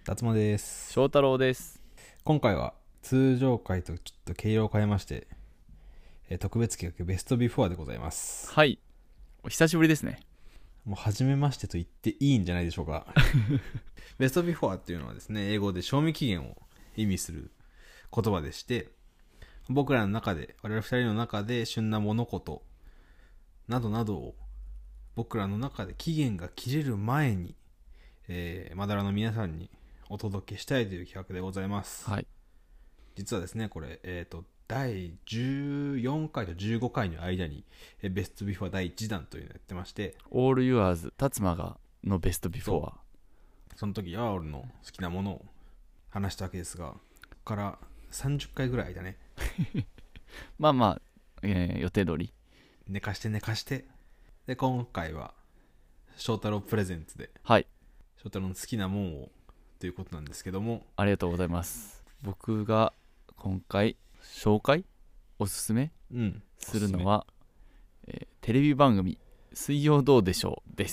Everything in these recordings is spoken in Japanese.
辰馬です。 翔太郎です。 今回は通常回とちょっと毛色を変えまして、特別企画ベストビフォーでございます。 はい、お久しぶりですね。 もう初めましてと言っていいんじゃないでしょうか。ベストビフォーっていうのはですね、英語で賞味期限を意味する言葉でして、僕らの中で、我々二人の中で旬な物事などなどを僕らの中で期限が切れる前に、マダラの皆さんにお届けしたいという企画でございます。 はい。 実はですね、これ、第14回と15回の間に、ベストビフォー第1弾というのをやってまして、 オールユアーズ達馬がのベストビフォーはその時は俺の好きなものを話したわけですが、ここから30回ぐらいだね。 まあまあ、予定通り。 寝かして。で、今回は、翔太郎プレゼンツで、 はい、 翔太郎の好きなもんをということなんですけども、 ありがとうございます。僕が今回紹介おすすめするのは、テレビ番組水曜どうでしょうです。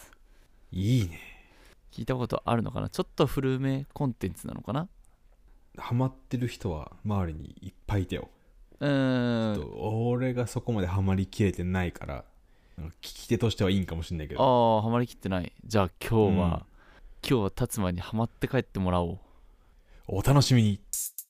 いいね。 聞いたことあるのかな。ちょっと古めコンテンツなのかな。 ハマってる人は周りにいっぱいいたよ。 うーん。 俺がそこまでハマりきれてないから、聞き手としてはいいんかもしれないけど。 ああ、ハマりきってない。じゃあ今日は達馬にハマって帰ってもらおう。 お楽しみに。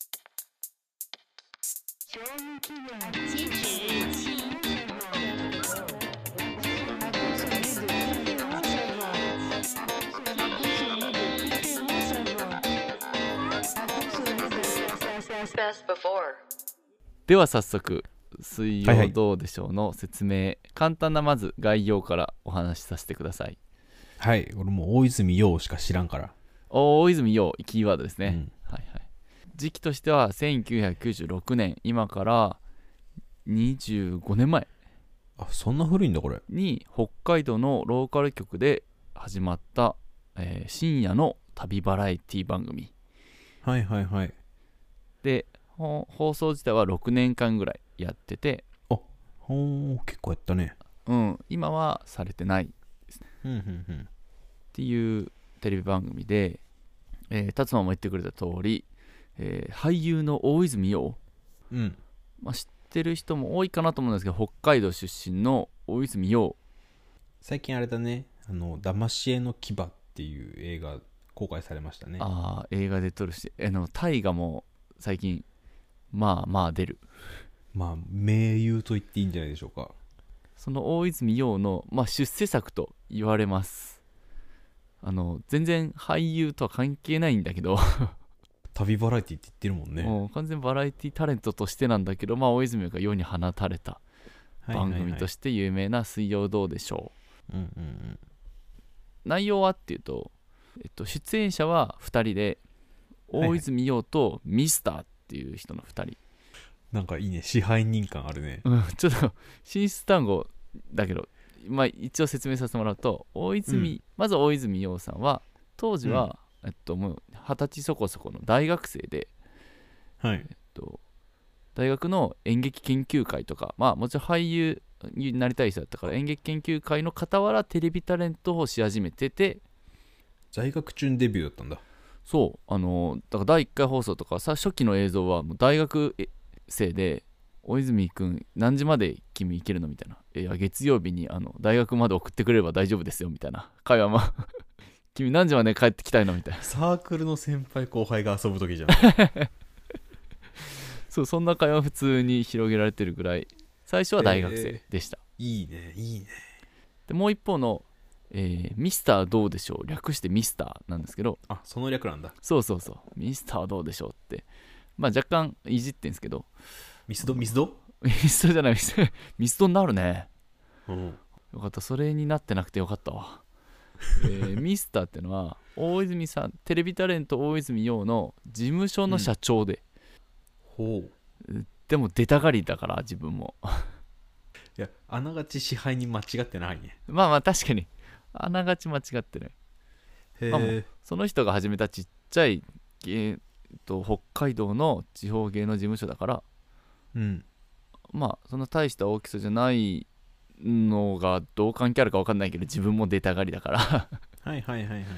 では早速水曜どうでしょうの説明、簡単なまず概要からお話しさせてください。 はい、俺もう大泉洋しか知らんから。 大泉洋キーワードですね、 うん、 はいはい。時期としては1996年、今から25年前あ、そんな古いんだこれ。 に北海道のローカル局で始まった、深夜の旅バラエティ番組はいはいはい。 で、放送自体は6年間ぐらいやってて、 結構やったね。 今はされてないっていうテレビ番組で、達馬も言ってくれた通り、俳優の大泉洋、知ってる人も多いかなと思うんですけど、北海道出身の大泉洋。 最近あれだね、騙し絵の牙っていう映画公開されましたね。 映画で撮るし、大河も最近まあまあ出る。 まあ名優と言っていいんじゃないでしょうか。 その大泉洋の、出世作と言われます。全然俳優とは関係ないんだけど旅バラエティって言ってるもんね。 もう完全バラエティタレントとしてなんだけど、大泉が世に放たれた番組として有名な水曜どうでしょう。内容はっていうと、出演者は2人で、大泉洋とミスターっていう人の2人、 なんかいいね、支配人感あるね。 ちょっと進出単語だけど、一応説明させてもらうと、まず大泉洋さんは当時は、もう20歳そこそこの大学生で、大学の演劇研究会とか、もちろん俳優になりたい人だったから演劇研究会の傍らテレビタレントをし始めてて、 在学中にデビューだったんだ。 そう、だから第1回放送とかさ、初期の映像はもう大学生で、大泉君何時まで君行けるのみたいな、いや月曜日に大学まで送ってくれれば大丈夫ですよみたいな会話も君何時まで帰ってきたいのみたいな、 サークルの先輩後輩が遊ぶ時じゃんそう、そんな会話普通に広げられてるぐらい最初は大学生でした、 いいねいいね。 でもう一方の、ミスターどうでしょう、略してミスターなんですけど、 その略なんだ。 そうミスターどうでしょうって、若干いじってんですけど、 ミスドミスドじゃない、ミスドになるね。よかった、それになってなくてよかったわ。ミスターってのは大泉さん、テレビタレント大泉洋の事務所の社長で、でも出たがりだから自分もいや、あながち支配人間違ってないね。 確かにあながち間違ってない。その人が始めたちっちゃい、北海道の地方芸能事務所だから、そんな大した大きさじゃないのがどう関係あるか分かんないけど、自分も出たがりだから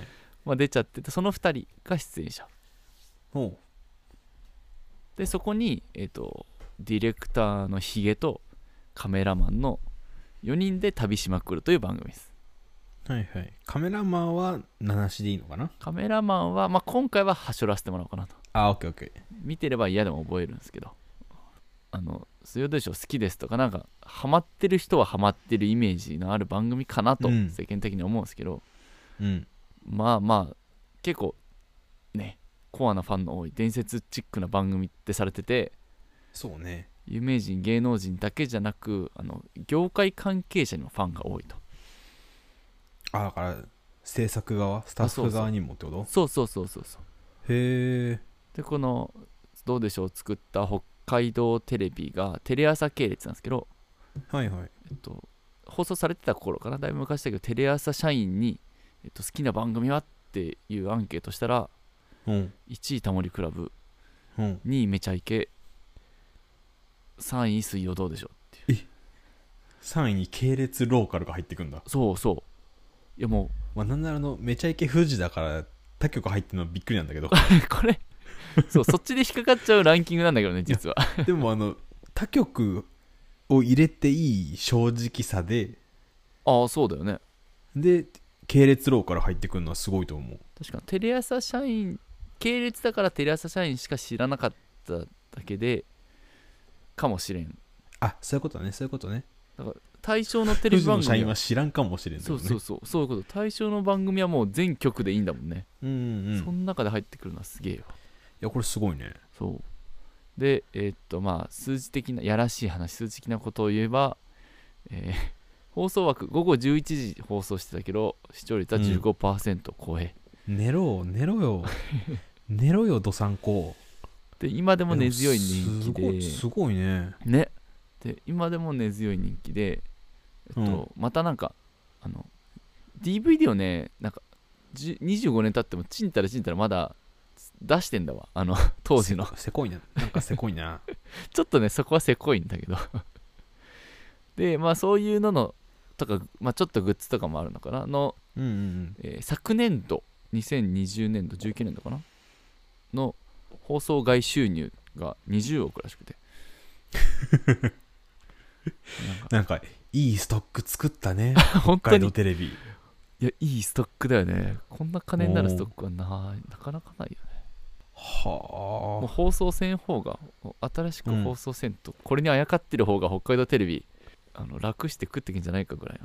まあ、出ちゃってて、その2人が出演者ほで、そこに、ディレクターのヒゲとカメラマンの4人で旅しまくるという番組です。 う。はいはい。カメラマンは7しでいいのかな。 カメラマンは、まあ、今回ははしょらせてもらおうかなと。 あ、オッケーオッケー。 見てれば嫌でも覚えるんですけど、水曜どうでしょう好きですとか、なんかハマってる人はハマってるイメージのある番組かなと世間的に思うんですけど、 うん。 まあまあ結構ね、コアなファンの多い伝説チックな番組ってされてて、 そうね。 有名人芸能人だけじゃなく業界関係者にもファンが多いと。 あ、だから制作側、スタッフ側にもってこと？ そうそうそうそうそう。 へえ。 でこのどうでしょう作った北海道テレビがテレ朝系列なんですけど、 はいはい。 放送されてた頃かな、だいぶ昔だけど、テレ朝社員に、好きな番組はっていうアンケートしたら、 うん。 1位タモリクラブ、 うん 2位めちゃイケ、3位水曜どうでしょうっていう。 3位に系列ローカルが入ってくんだ。 そうそう。いやもまあ、なんならめちゃイケ富士だから他局入ってるのびっくりなんだけどうこれそう、そっちで引っかかっちゃうランキングなんだけどね、実は。 でも他局を入れていい正直さでああ、そうだよね。 系列ローカル入ってくるのはすごいと思う。 確かにテレ朝社員、系列だからテレ朝社員しか知らなかっただけでかもしれん。 あ、そういうことね、そういうことね。 だから対象のテレビ番組富士の社員は知らんかもしれんけどね。 そういうこと。対象の番組はもう全局でいいんだもんね。 うんうん。 その中で入ってくるのはすげえよ。 いや、これすごいね。 そうで、まあ数字的なやらしい話、数字的なことを言えば、放送枠午後11時放送してたけど視聴率は 15% 超え、 寝ろよ寝ろよどさんこ。 で今でも根強い人気ですごいね。 で今でも根強い人気で、またなんかDVD をね、なんか25年経ってもちんたらまだ出してんだわ、当時の。 せこいな、なんかせこいな。 ちょっとねそこはせこいんだけどでまあそういうののとか、まあ、ちょっとグッズとかもあるのかなの、昨年度2020年度19年度かなの放送外収入が20億らしくてなんかいいストック作ったね本当に北海道テレビ。 いや、いいストックだよね。こんな金になるストックはなかなかないよね。もうは放送せん方が、新しく放送せんと、これにあやかってる方が北海道テレビ楽して食ってけんじゃないかぐらいな。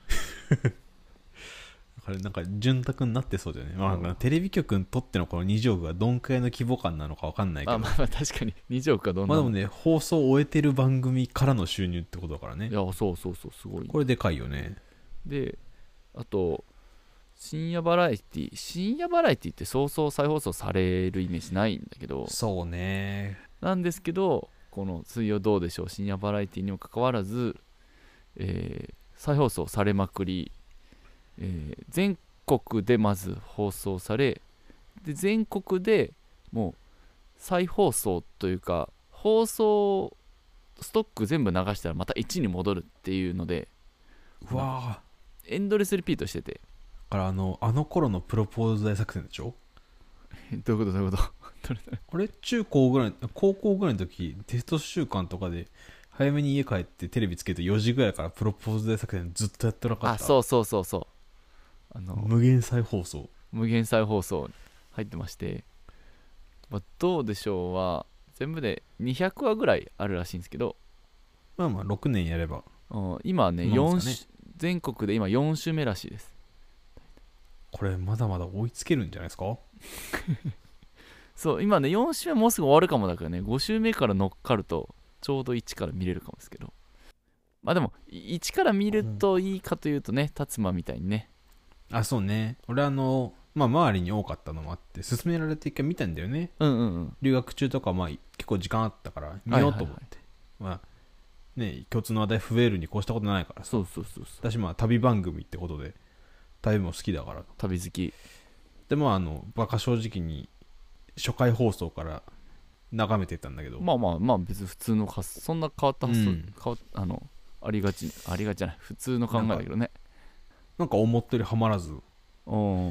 あれなんか潤沢になってそうだよね。まあ、なんかテレビ局にとってのこの20億がどんくらいの規模感なのか分かんないけど、 まあ確かに20億はどんなまあでもね、放送を終えてる番組からの収入ってことだからね。 いや、そうすごい。 これでかいよね。 で、あと深夜バラエティってそうそう再放送されるイメージないんだけど、 そうね。 なんですけど、この水曜どうでしょう深夜バラエティにもかかわらず、再放送されまくり、全国でまず放送され、で全国でもう再放送というか放送ストック全部流したらまた1に戻るっていうので、 うわエンドレスリピートしてて、 だからあの頃のプロポーズ大作戦でしょ。 どういうことあれ中高ぐらい、高校ぐらいの時テスト週間とかで早めに家帰ってテレビつけて4時ぐらいからプロポーズ大作戦ずっとやってなかった。 そう無限再放送入ってまして、まあ、どうでしょうは全部で200話ぐらいあるらしいんですけど、 まあ6年やれば今ねなんすかね、 全国で今4週目らしいです。 これまだまだ追いつけるんじゃないですか。 そう今ね4週目もうすぐ終わるかもだからね、5週目から乗っかるとちょうど1から見れるかもですけど、まあでも1から見るといいかというとね、達馬みたいにね、 あ、そうね。俺まあ周りに多かったのもあって勧められて一回見たんだよね。留学中とかまあ結構時間あったから見ようと思って、まあね、共通の話題増えるに越したことないからさ。 そう私まあ旅番組ってことで旅も好きだから、 旅好きでまあバカ正直に初回放送から眺めてたんだけど、 まあ別に普通のそんな変わった発想、ありがちじゃない普通の考えだけどね。 なんか思ったよりハマらず、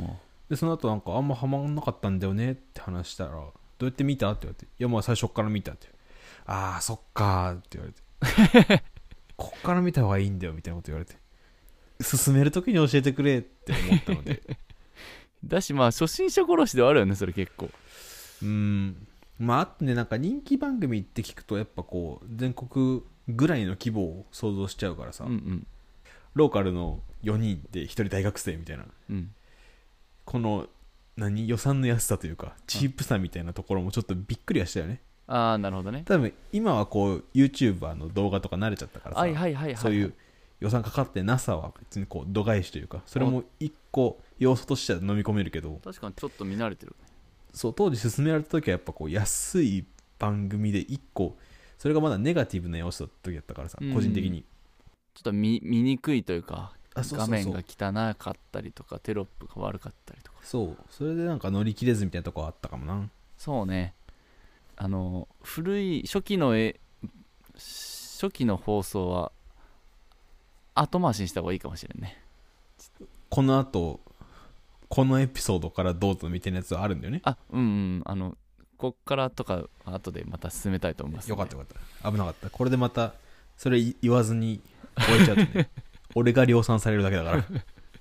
でその後なんかあんまハマんなかったんだよねって話したら、どうやって見たって言われて、いやまあ最初から見たって、ああそっかーって言われてこっから見た方がいいんだよみたいなこと言われて、進めるときに教えてくれって思ったのでだしまあ初心者殺しではあるよねそれ結構。 まああとね、なんか人気番組って聞くとやっぱこう全国ぐらいの規模を想像しちゃうからさ、 うんうんローカルの4人で1人大学生みたいな、 うんこの予算の安さというかチープさみたいなところもちょっとびっくりはしたよね。 ああなるほどね。 多分今はこう YouTuber の動画とか慣れちゃったからさ、 はいはいはいはい、 そういう予算かかってなさは別にこう度外視というか、それも一個要素としては飲み込めるけど、 確かにちょっと見慣れてる。 そう当時進められた時はやっぱこう安い番組で一個、それがまだネガティブな要素だった時だったからさ、個人的にちょっと見にくいというか、 そうそうそう、 画面が汚かったりとかテロップが悪かったりとか、 そうそれでなんか乗り切れずみたいなとこはあったかもな。 そうね、古い初期の放送は後回しにした方がいいかもしれんね。 この後このエピソードからどうぞみたいなやつはあるんだよね。 こっからとか後でまた進めたいと思います、ね、 よかったよかった、危なかった。これでまたそれ言わずに終えちゃうとね俺が量産されるだけだから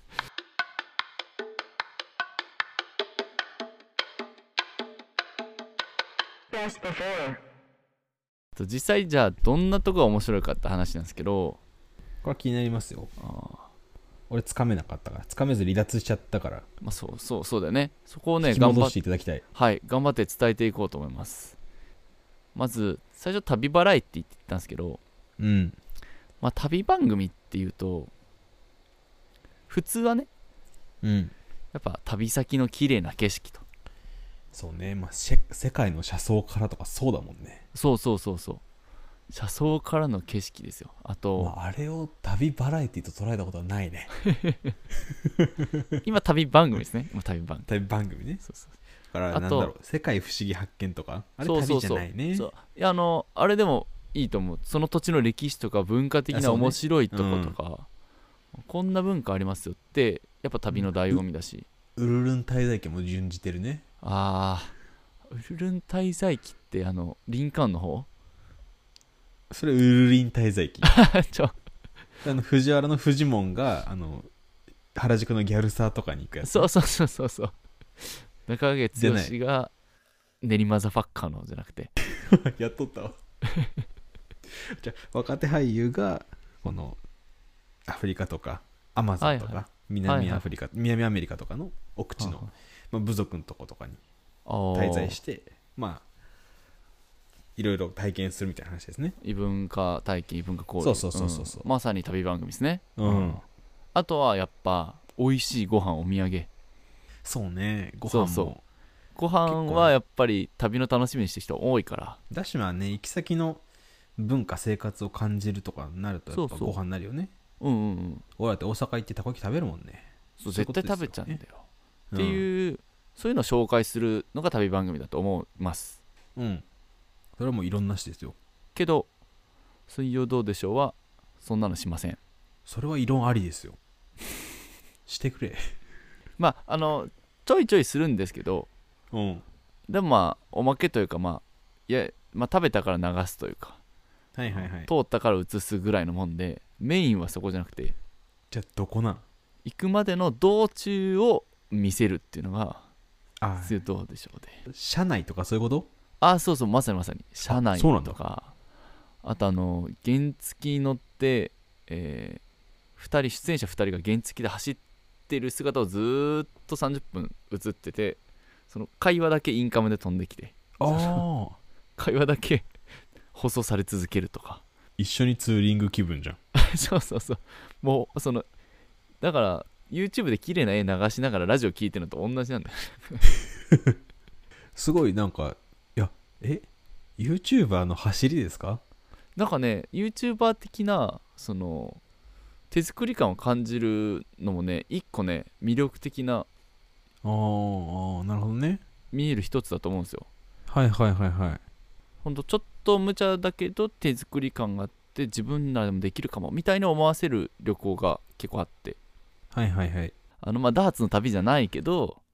実際じゃあどんなとこが面白いかって話なんですけど、 これは気になりますよ。俺つかめなかったから、つかめず離脱しちゃったから、 まあそうだよね。そこをね引き戻していただきたい。 頑張って伝えていこうと思います。まず最初旅バラエティって言ったんですけど、まあ旅番組っていうと普通はね、やっぱ旅先の綺麗な景色と、 そうね、まあ、世界の車窓からとかそうだもんね。 そう車窓からの景色ですよ。あと、 まあ、あれを旅バラエティと捉えたことはないね今旅番組ですね。旅番組ね。 そうだからなんだろう、世界不思議発見とか、あれ旅じゃないね。 いやあれでもいいと思う。その土地の歴史とか文化的な面白いとことか、こんな文化ありますよってやっぱ旅の醍醐味だし、 ウルルン滞在記も準じてるね。 ウルルン滞在記ってリンカーンの方？ それウルリン滞在記藤原のフジモンが原宿のギャルサーとかに行くやつ。 そう中月剛が練馬ザファッカーのじゃなくてやっとったわじゃあ若手俳優がこのアフリカとかアマゾンとか、南アメリカとかの奥地の、部族のとことかに滞在して、まあいろいろ体験するみたいな話ですね。 異文化体験、異文化交流、 そうまさに旅番組ですね。あとはやっぱ美味しいご飯、お土産。 そうね、ご飯もご飯はやっぱり旅の楽しみにしてる人多いから。 だしはね、行き先の文化生活を感じるとかになるとやっぱご飯になるよね。俺だって大阪行ってたこ焼き食べるもんね。 絶対食べちゃうんだよ、っていう、そういうのを紹介するのが旅番組だと思います。 それはもういろんなしですよ。 けど水曜どうでしょうはそんなのしません。 それは異論ありですよしてくれまあちょいちょいするんですけど、でもまあおまけというか、食べたから流すというか、通ったから映すぐらいのもんで、メインはそこじゃなくて、 じゃあどこなん？ 行くまでの道中を見せるっていうのが水曜どうでしょうで。 車内とかそういうこと？ そうまさに車内とか、あと原付乗って、出演者2人が原付で走ってる姿をずーっと30分映ってて、その会話だけインカムで飛んできて、会話だけ放送され続けるとか。 一緒にツーリング気分じゃんそうもうだから YouTube で綺麗な絵流しながらラジオ聞いてるのと同じなんだよすごいなんか、YouTuber の走りですか？ なんかね、 YouTuber 的な手作り感を感じるのもね、一個ね魅力的な、 なるほどね、 見える一つだと思うんですよ。ほんとちょっと無茶だけど手作り感があって、自分らでもできるかもみたいな思わせる旅行が結構あって、ダーツの旅じゃないけど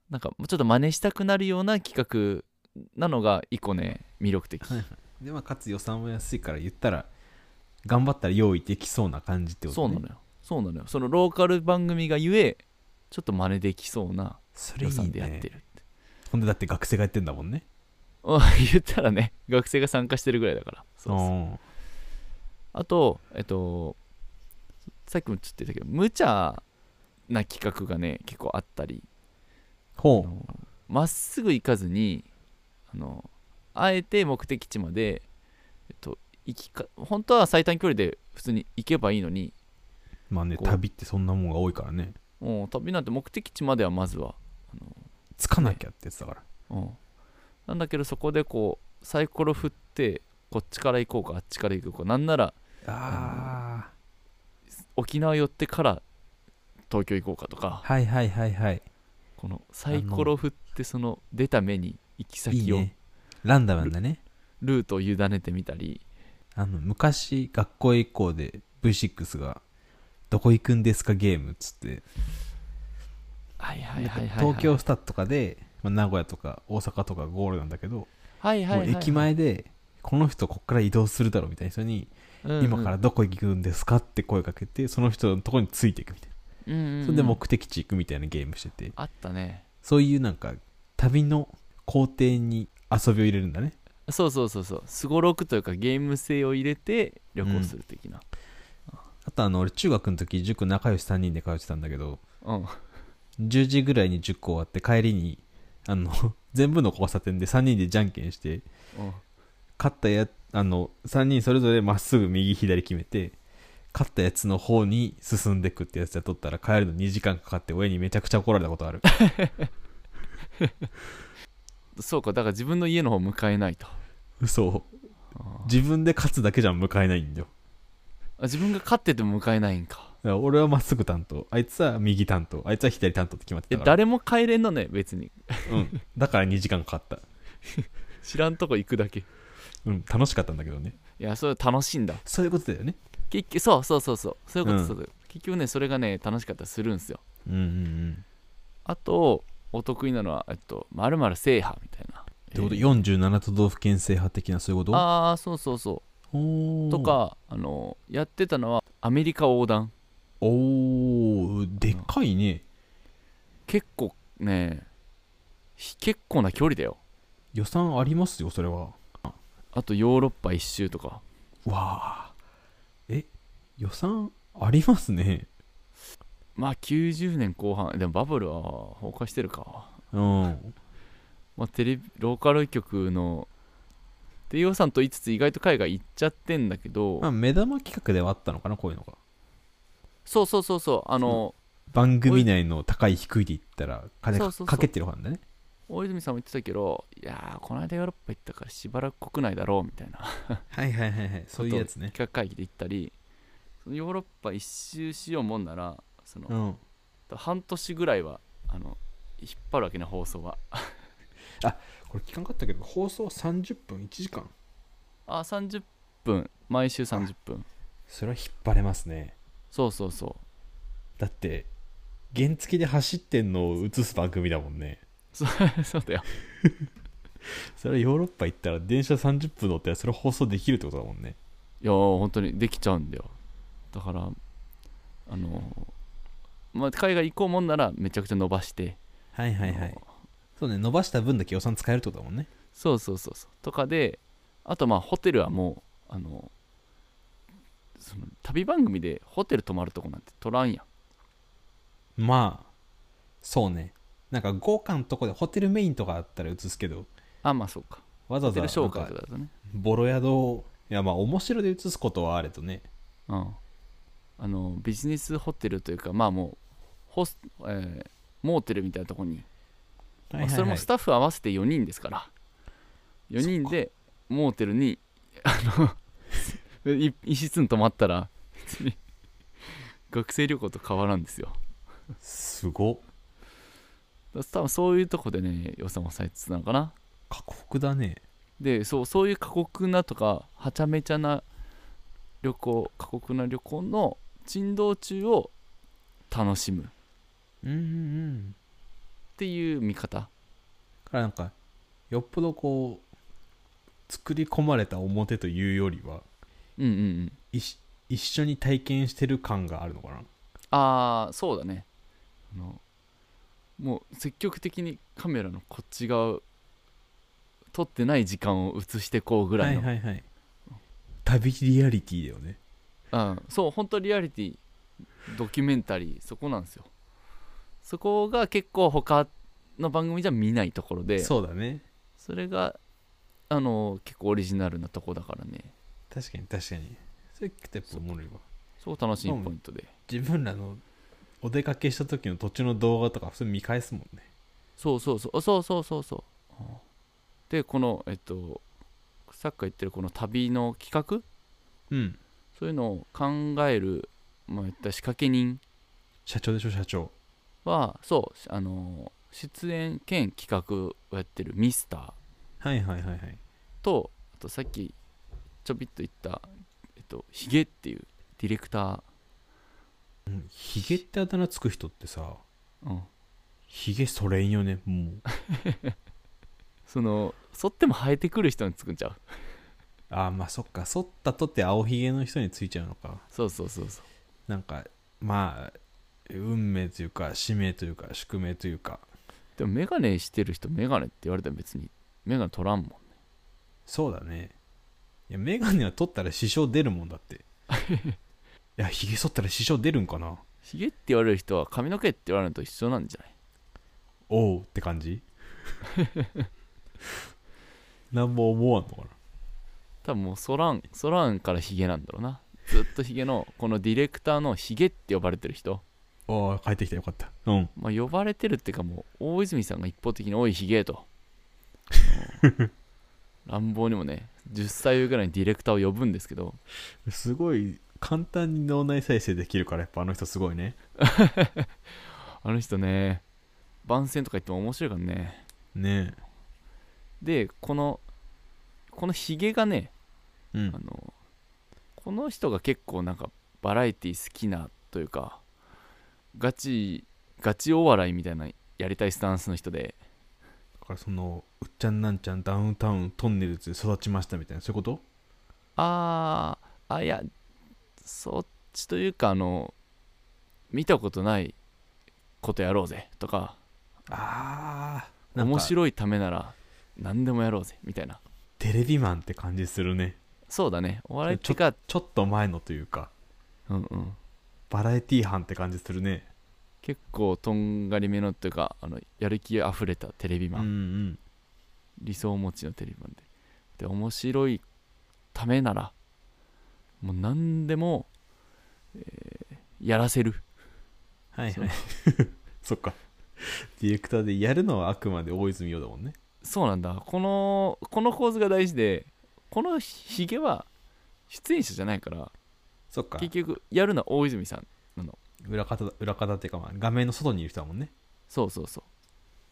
なんかちょっと真似したくなるような企画なのが一個ね魅力的。 はいはい。で、まあ、かつ予算も安いから言ったら、頑張ったら用意できそうな感じってことね。 そうなのよ。そうなのよ。そのローカル番組がゆえちょっと真似できそうな予それいい算でやってる。 ね。ほんでだって学生がやってんだもんね。 うん言ったらね、学生が参加してるぐらいだから。そうそう。 うんあと、さっきもちょっと言ったけど、無茶な企画がね、結構あったり、 ほまっすぐ行かずに、あえて目的地まで、本当は最短距離で普通に行けばいいのに、 う。まあね、 こう旅ってそんなもんが多いからね。 もう旅なんて目的地まではまずは、 つかなきゃってやつだから。 なんだけどそこでこうサイコロ振ってこっちから行こうかあっちから行こうか、なんならあ沖縄寄ってから東京行こうかとか、 はいはいはいはい。 このサイコロ振ってその出た目に行きいい先をね。ランダムなんだね。 ルートを委ねてみたり、 昔学校へ行こうで V6 がどこ行くんですかゲームっつって、 はいはいはいはい、 東京スタッとかで、まあ、名古屋とか大阪とかゴールなんだけど、 はいはいはいはい、 もう駅前でこの人こっから移動するだろうみたいな人に、 うんうん、 今からどこ行くんですかって声かけて、その人のところについていくみたいな、 うんうんうん、 それで目的地行くみたいなゲームしてて、 あったね。 そういうなんか旅の工程に遊びを入れるんだね。 そうそうそうそう、すごろくというかゲーム性を入れて旅行する的な、 あと俺中学の時塾仲良し3人で通ってたんだけど、 うん 10時ぐらいに塾終わって帰りに全部の交差点で3人でじゃんけんして、 うん勝った3人それぞれまっすぐ右左決めて、勝ったやつの方に進んでくってやつで取ったら帰るの2時間かかって親にめちゃくちゃ怒られたことある。 そうか、だから自分の家の方向かえないと。 嘘。 あ自分で勝つだけじゃ向かえないんだよ。 自分が勝ってても向かえないんか。 だから俺はまっすぐ担当、あいつは右担当、あいつは左担当って決まってたから。 誰も帰れんのね別に。 うんだから2時間かかった。 知らんとこ行くだけ。 楽しかったんだけどね。 いや、それ楽しいんだ。 そういうことだよね。 結局そうそうそうそう、そういうこと、 うんそういうこと結局ね、それがね楽しかったりするんですよ。 うんうんあとお得意なのは〇〇制覇みたいな。 ってこと、47都道府県制覇的な、そういうこと。 ああ、そうそうそおーう。とかやってたのはアメリカ横断。 おーでっかいね。 結構ね、結構な距離だよ。 予算ありますよそれは。 あとヨーロッパ一周とか。 わあ予算ありますね。 まあ90年後半でもバブルは崩壊してるか。 うんまあローカル局の低予算と言いつつ意外と海外行っちゃってんだけど、 まあ目玉企画ではあったのかな、こういうのが。 そうそうそうそう番組内の高い低いで言ったら金そうそうそうかけてる方なんだね。 大泉さんも言ってたけど、いやーこの間ヨーロッパ行ったからしばらく国内だろうみたいなはいはいはいはいそういうやつね。 企画会議で行ったり、そのヨーロッパ一周しようもんならうん半年ぐらいは引っ張るわけね、放送は。 これ聞かんかったけど放送30分1時間。 30分、毎週30分。 それは引っ張れますね。 そうそうそう。 だって原付で走ってんのを映す番組だもんね。 そうだよ。 それはヨーロッパ行ったら電車30分乗ったらそれ放送できるってことだもんね。 いやー本当にできちゃうんだよ。だからまあ、海外行こうもんならめちゃくちゃ伸ばして、 はいはいはい。そうね、伸ばした分だけ予算使えるってことだもんね。 そうそうそうそうとかで、あとまあホテルはもうその旅番組でホテル泊まるとこなんて取らんやん。 まあそうね、なんか豪華なとこでホテルメインとかあったら映すけど、 まあそうか。 わざわホテル紹ざなんか介とかだとね。 ボロ宿を、いやまあ面白で映すことはあれとね。 ビジネスホテルというか、まあもうモーテルみたいなとこに、 はいはいはい、 それもスタッフ合わせて4人ですから、4人でモーテルに一室に泊まったら別に学生旅行と変わらんですよ。 すごっ。 多分そういうとこでね予算を抑えつつなのかな。 過酷だね。 でそういう過酷なとかはちゃめちゃな過酷な旅行の珍道中を楽しむ。 うんうんっていう見方。 だからなんかよっぽどこう作り込まれた表というよりは、 うんうんうん、 一緒に体験してる感があるのかな。 ああそうだね。もう積極的にカメラのこっち側撮ってない時間を映してこうぐらいの、 はいはいはい、旅リアリティだよね。 そう本当リアリティドキュメンタリー、そこなんですよ。そこが結構他の番組じゃ見ないところで、 そうだね。 それが結構オリジナルなとこだからね。 確かに確かに、それ聞くとやっぱおもろいわ。 そう楽しいポイントで、 自分らのお出かけした時の途中の動画とか普通に見返すもんね。 そうそうそうそうそうそうそう。でこのさっき言ってるこの旅の企画、 うん、 そういうのを考える、まあ、言った仕掛け人社長でしょ、社長はそう出演兼企画をやってるミスターはいはいはいはい。 と、あとさっきちょびっと言ったヒゲっていうディレクタヒゲってあだ名つく人ってさ、 ー、 ヒゲそれんよねもう剃っても生えてくる人につくんちゃう。 ああまあそっか、剃ったとって青ひげの人についちゃうのか。 そうそうそうそう。 なんかまあ運命というか使命というか宿命というか。 でもメガネしてる人メガネって言われたら別にメガネ取らんもんね。 そうだね。いやメガネは取ったら支障出るもんだっていやヒゲ剃ったら支障出るんかな。 ヒゲって言われる人は髪の毛って言われるのと一緒なんじゃない？ おうって感じなんも思わんのかな。 多分もうソランからヒゲなんだろうな。ずっとヒゲのこのディレクターのヒゲって呼ばれてる人、 おお帰ってきたよかった。うん。 まあ呼ばれてるっていうかもう大泉さんが一方的においヒゲと乱暴にもね10歳上ぐらいにディレクターを呼ぶんですけど、 すごい簡単に脳内再生できるからやっぱあの人すごいね。 あの人ね番宣とか言っても面白いからね。 ねでこのヒゲがね、 え。うん。 この人が結構なんかバラエティ好きなというかガチお笑いみたいなやりたいスタンスの人で、 だからそのうっちゃんなんちゃんダウンタウントンネルズで育ちましたみたいなそういうこと。 いやそっちというか見たことないことやろうぜとか、面白いためなら何でもやろうぜみたいな。 テレビマンって感じするね。 そうだね、お笑いってかちょっと前のというかうんうんバラエティー班って感じするね。 結構とんがりめのというかやる気あふれたテレビマン、 うんうん。 理想持ちのテレビマンで面白いためならもう何でも、やらせる。 はいはいそっか、ディレクターでやるのはあくまで大泉洋だもんね。 そうなんだ。この構図が大事で、このヒゲは出演者じゃないからそっか、 結局やるのは大泉さんなの。 裏方っていうか、まあ、画面の外にいる人だもんね。 そうそうそう。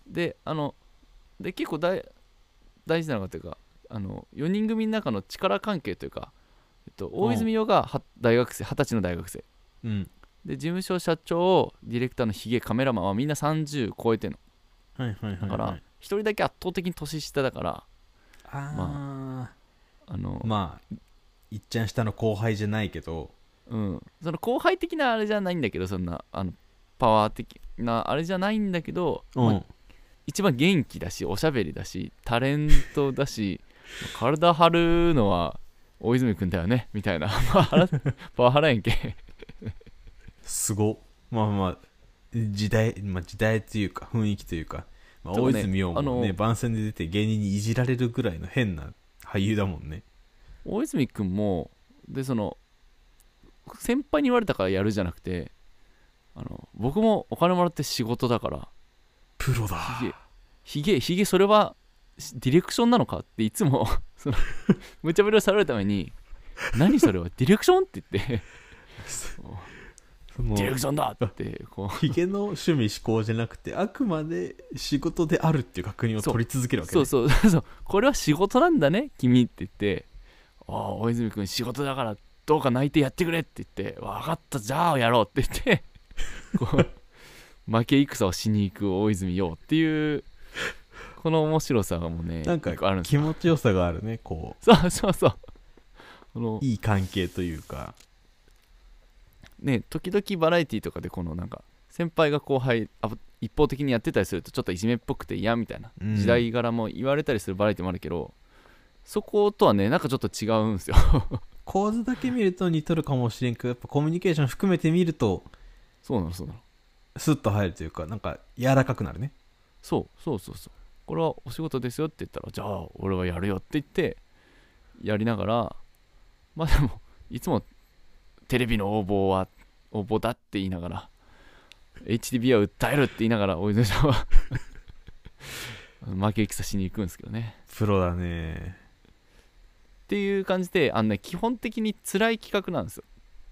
で結構大事なのがというか4人組の中の力関係というか、大泉洋が大学生、20歳の大学生、 うん。 で事務所社長ディレクターのヒゲカメラマンはみんな30超えてんの。 はいはいはい、はい、 だから一人だけ圧倒的に年下だから、 まあいっちゃん下の後輩じゃないけど、 その後輩的なあれじゃないんだけど、そんなパワー的なあれじゃないんだけど、一番元気だしおしゃべりだしタレントだし体張るのは大泉君だよねみたいなパワハラやんけすご。まあまあ時代っていうか雰囲気というか、まあ、大泉洋もね番宣で出て芸人にいじられるぐらいの変な俳優だもんね。 大泉君もで先輩に言われたからやるじゃなくて、僕もお金もらって仕事だからプロだ。 ヒゲそれはディレクションなのかっていつも無茶ぶりをされるために何それはディレクションって言ってディレクションだってヒゲの趣味思考じゃなくてあくまで仕事であるっていう確認を取り続けるわけね。 そうこれは仕事なんだね君って言って、大泉君仕事だからどうか泣いてやってくれって言って分かったじゃあやろうって言って負け戦をしに行く大泉洋っていうこの面白さがもうねなんか結構あるんです気持ちよさがあるね、こそうそうそうういい関係というか。 ね、時々バラエティとかでこのなんか先輩が後輩一方的にやってたりするとちょっといじめっぽくて嫌みたいな時代柄も言われたりするバラエティもあるけど、そことはねなんかちょっと違うんですよ構図だけ見ると似とるかもしれんけど、やっぱコミュニケーション含めて見るとそうなのそうなのスッと入るというか、なんか柔らかくなるね。 そうこれはお仕事ですよって言ったらじゃあ俺はやるよって言ってやりながら、まあでもいつもテレビの応募だって言いながら HDB は訴えるって言いながら大泉さんは負け戦しに行くんですけどね。 プロだね。 っていう感じで基本的に辛い企画なんですよ。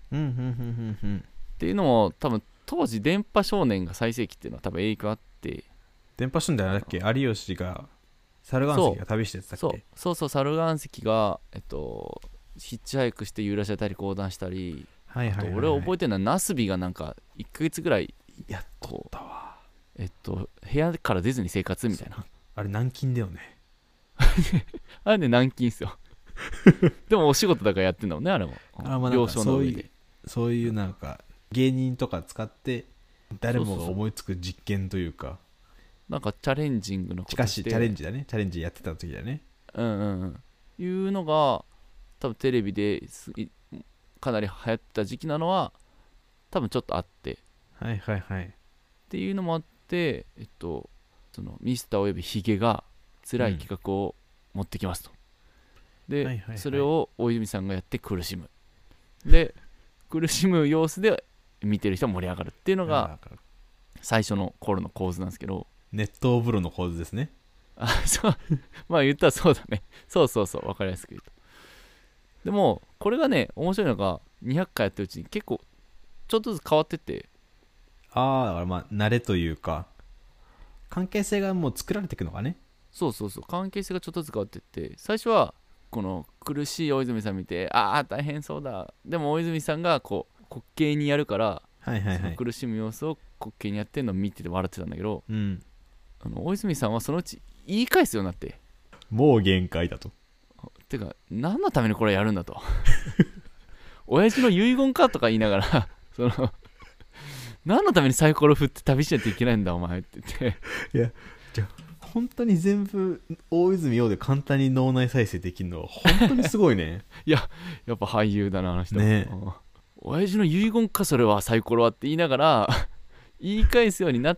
っていうのも多分当時電波少年が最盛期っていうのは多分影響あって、 電波少年だっけ、有吉が猿岩石が旅してたっけ。 そう猿岩石がヒッチハイクしてユーラシア大陸横断したり、 はいはいはいはい、 俺覚えてるのはナスビがなんか1ヶ月ぐらいやっとったわ。 部屋から出ずに生活みたいな。 あれ軟禁だよねあれね軟禁っすよでもお仕事だからやってんだもんねあれも。了承の上でそういうなんか芸人とか使って誰もが思いつく実験というか、 なんかチャレンジングのことして、 しかしチャレンジだね、チャレンジやってた時だね。 いうのが多分テレビでかなり流行った時期なのは多分ちょっとあって、 はいはいはい。 っていうのもあってそのミスターおよびヒゲが辛い企画を持ってきますと、で、はいはいはい、それを大泉さんがやって苦しむ、で苦しむ様子で見てる人は盛り上がるっていうのが最初の頃の構図なんですけど、 熱湯風呂の構図ですね。 そうまあ言ったらそうだね、そう分かりやすく言うと。でもこれがね面白いのが200回やってるうちに結構ちょっとずつ変わってって、 だからまあ慣れというか関係性がもう作られていくのがね。 そう関係性がちょっとずつ変わってって、最初はこの苦しい大泉さん見て大変そうだ、でも大泉さんがこう滑稽にやるから、 はいはいはい、 その苦しむ様子を滑稽にやってるのを見てて笑ってたんだけど、大泉さんはそのうち言い返すようになって、 もう限界だと。 てか何のためにこれやるんだと親父の遺言かとか言いながらその何のためにサイコロ振って旅しないといけないんだお前って言っていやじゃ本当に全部大泉洋で簡単に脳内再生できるのは本当にすごいねいややっぱ俳優だなあの人ね。 親父の遺言かそれはサイコロはって言いながら言い返すようになって、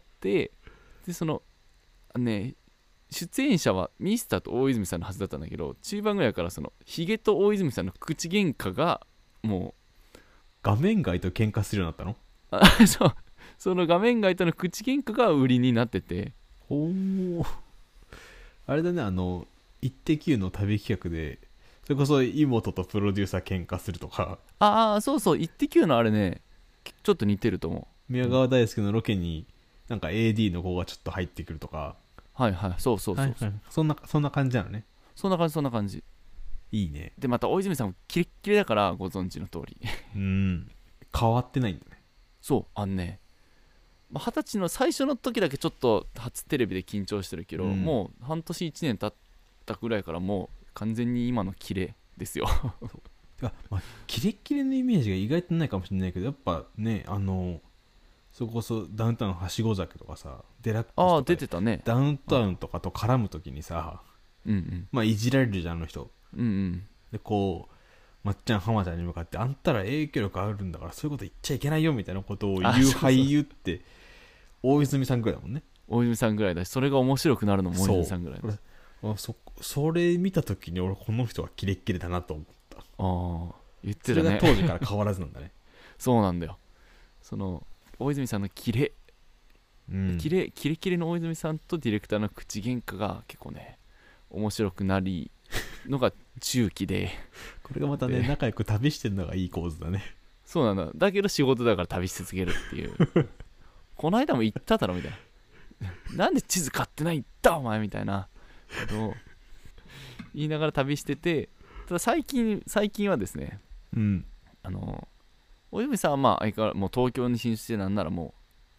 でそのね出演者はミスターと大泉さんのはずだったんだけど、中盤ぐらいからそのヒゲと大泉さんの口喧嘩がもう画面外と喧嘩するようになったの。 その画面外との口喧嘩が売りになってて、 あれだね、イッテ Q の旅企画でそれこそ妹とプロデューサー喧嘩するとか、 そうイッテ Q のあれねちょっと似てると思う。 宮川大輔のロケになんか AD の子がちょっと入ってくるとか、 そう、 はいはい、そんな感じなのね。 そんな感じいいね。 でまた大泉さんもキレッキレだからご存知の通り変わってないんだね。 そう20歳の最初の時だけちょっと初テレビで緊張してるけど、もう半年1年経ったぐらいからもう完全に今のキレですよキレッキレのイメージが意外とないかもしれないけど、やっぱねそれこそダウンタウンはしご酒とかさ、デラックスとか出てたね。 ダウンタウンとかと絡む時にさ、まあいじられるじゃんあの人、でこうまっちゃん浜ちゃんに向かってあんたら影響力あるんだからそういうこと言っちゃいけないよみたいなことを言う俳優って大泉さんぐらいだもんね。 大泉さんぐらいだし、それが面白くなるのも大泉さんぐらいだし、 それ見た時に俺この人はキレッキレだなと思った。 言ってたね。 それが当時から変わらずなんだねそうなんだよ。その大泉さんのキレの大泉さんとディレクターの口喧嘩が結構ね面白くなりのが中期でこれがまたね仲良く旅してるのがいい構図だね。 そうなんだ。だけど仕事だから旅し続けるっていうこの間も言っただろみたいななんで地図買ってないんだお前みたいなことを言いながら旅してて、ただ最近はですね、大泉さんは相変わらずもう東京に進出してなんならも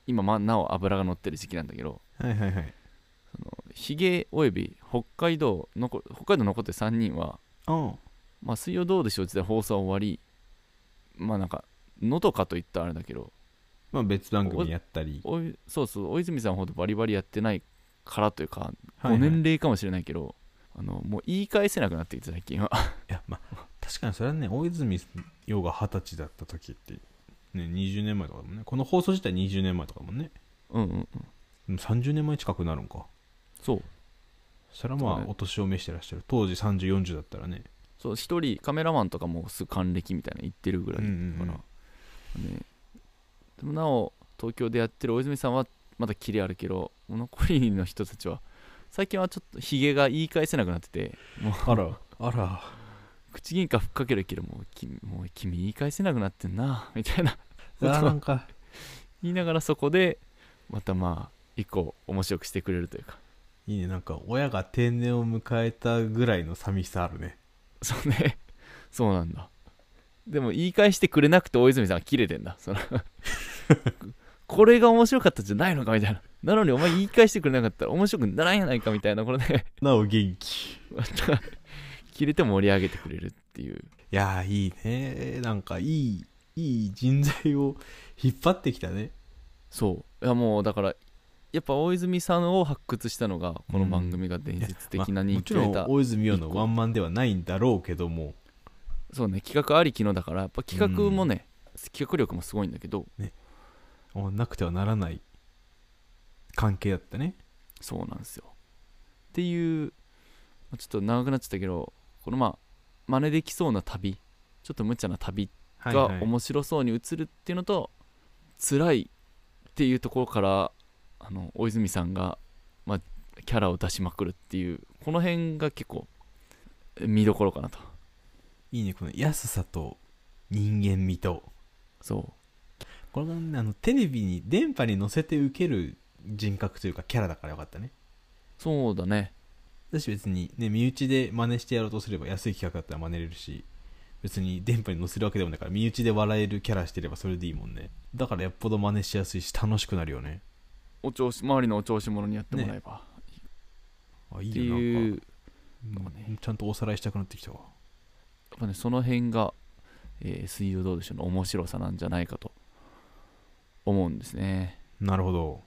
今なお脂が乗ってる時期なんだけど、 はいはいはい。 ヒゲおよび北海道残って3人は、 あまあ、水曜どうでしょうって放送は終わり、まあなんかのどかといったらあれだけど、 まあ別番組やったり。 そうそう、大泉さんほどバリバリやってないからというか、 はいはい、 ご年齢かもしれないけど、もう言い返せなくなってきて最近は。 いやまあ確かにそれはね、大泉洋が20歳だった時ってね、20年前とかだもんね。この放送自体20年前とかだもんね。 うんうんうん。 でも30年前近くなるんか。 そうそれはまあ、 ね、 お年を召してらっしゃる。当時30、40だったらね。 そう、一人カメラマンとかもすぐ還暦みたいな言ってるぐらいだから、ね、でもなお東京でやってる大泉さんはまだキレあるけど、残りの人たちは最近はちょっとヒゲが言い返せなくなってて、もうあら口喧嘩ふっかけるけど、もう君言い返せなくなってんなみたいななんか言いながら、そこでまたまあ一個面白くしてくれるというか、 いいね。なんか親が定年を迎えたぐらいの寂しさあるね。 そうね、そうなんだ。でも言い返してくれなくて大泉さんはキレてんだ、これが面白かったんじゃないのかみたいな。なのにお前言い返してくれなかったら面白くならんやないかみたいな、これねなお元気。 またキレて盛り上げてくれるっていう。 いやーいいね。なんかいい人材を引っ張ってきたね。 そう、いやもうだからやっぱ大泉さんを発掘したのがこの番組が伝説的な人気を得た、 もちろん大泉洋のワンマンではないんだろうけども、 そうね、企画ありきのだから、やっぱ企画もね、企画力もすごいんだけど、 ね、なくてはならない関係だったね。 そうなんですよっていう、ちょっと長くなっちゃったけど、このまあ真似できそうな旅、ちょっと無茶な旅が面白そうに映るっていうのと、辛いっていうところから大泉さんが、まあ、キャラを出しまくるっていう、この辺が結構見どころかなと。 いいね、この安さと人間味と、 そうこれがね、テレビに電波に乗せて受ける人格というかキャラだからよかったね。 そうだね。 私別にね、身内で真似してやろうとすれば安い企画だったら真似れるし、別に電波に乗せるわけでもないから、身内で笑えるキャラしてればそれでいいもんね。だからよっぽど真似しやすいし楽しくなるよね。 周りのお調子者にやってもらえば、 ね、いいよ。 っていう、 ちゃんとおさらいしたくなってきたわ。 やっぱね、その辺が、水曜どうでしょうの面白さなんじゃないかと思うんですね。 なるほど。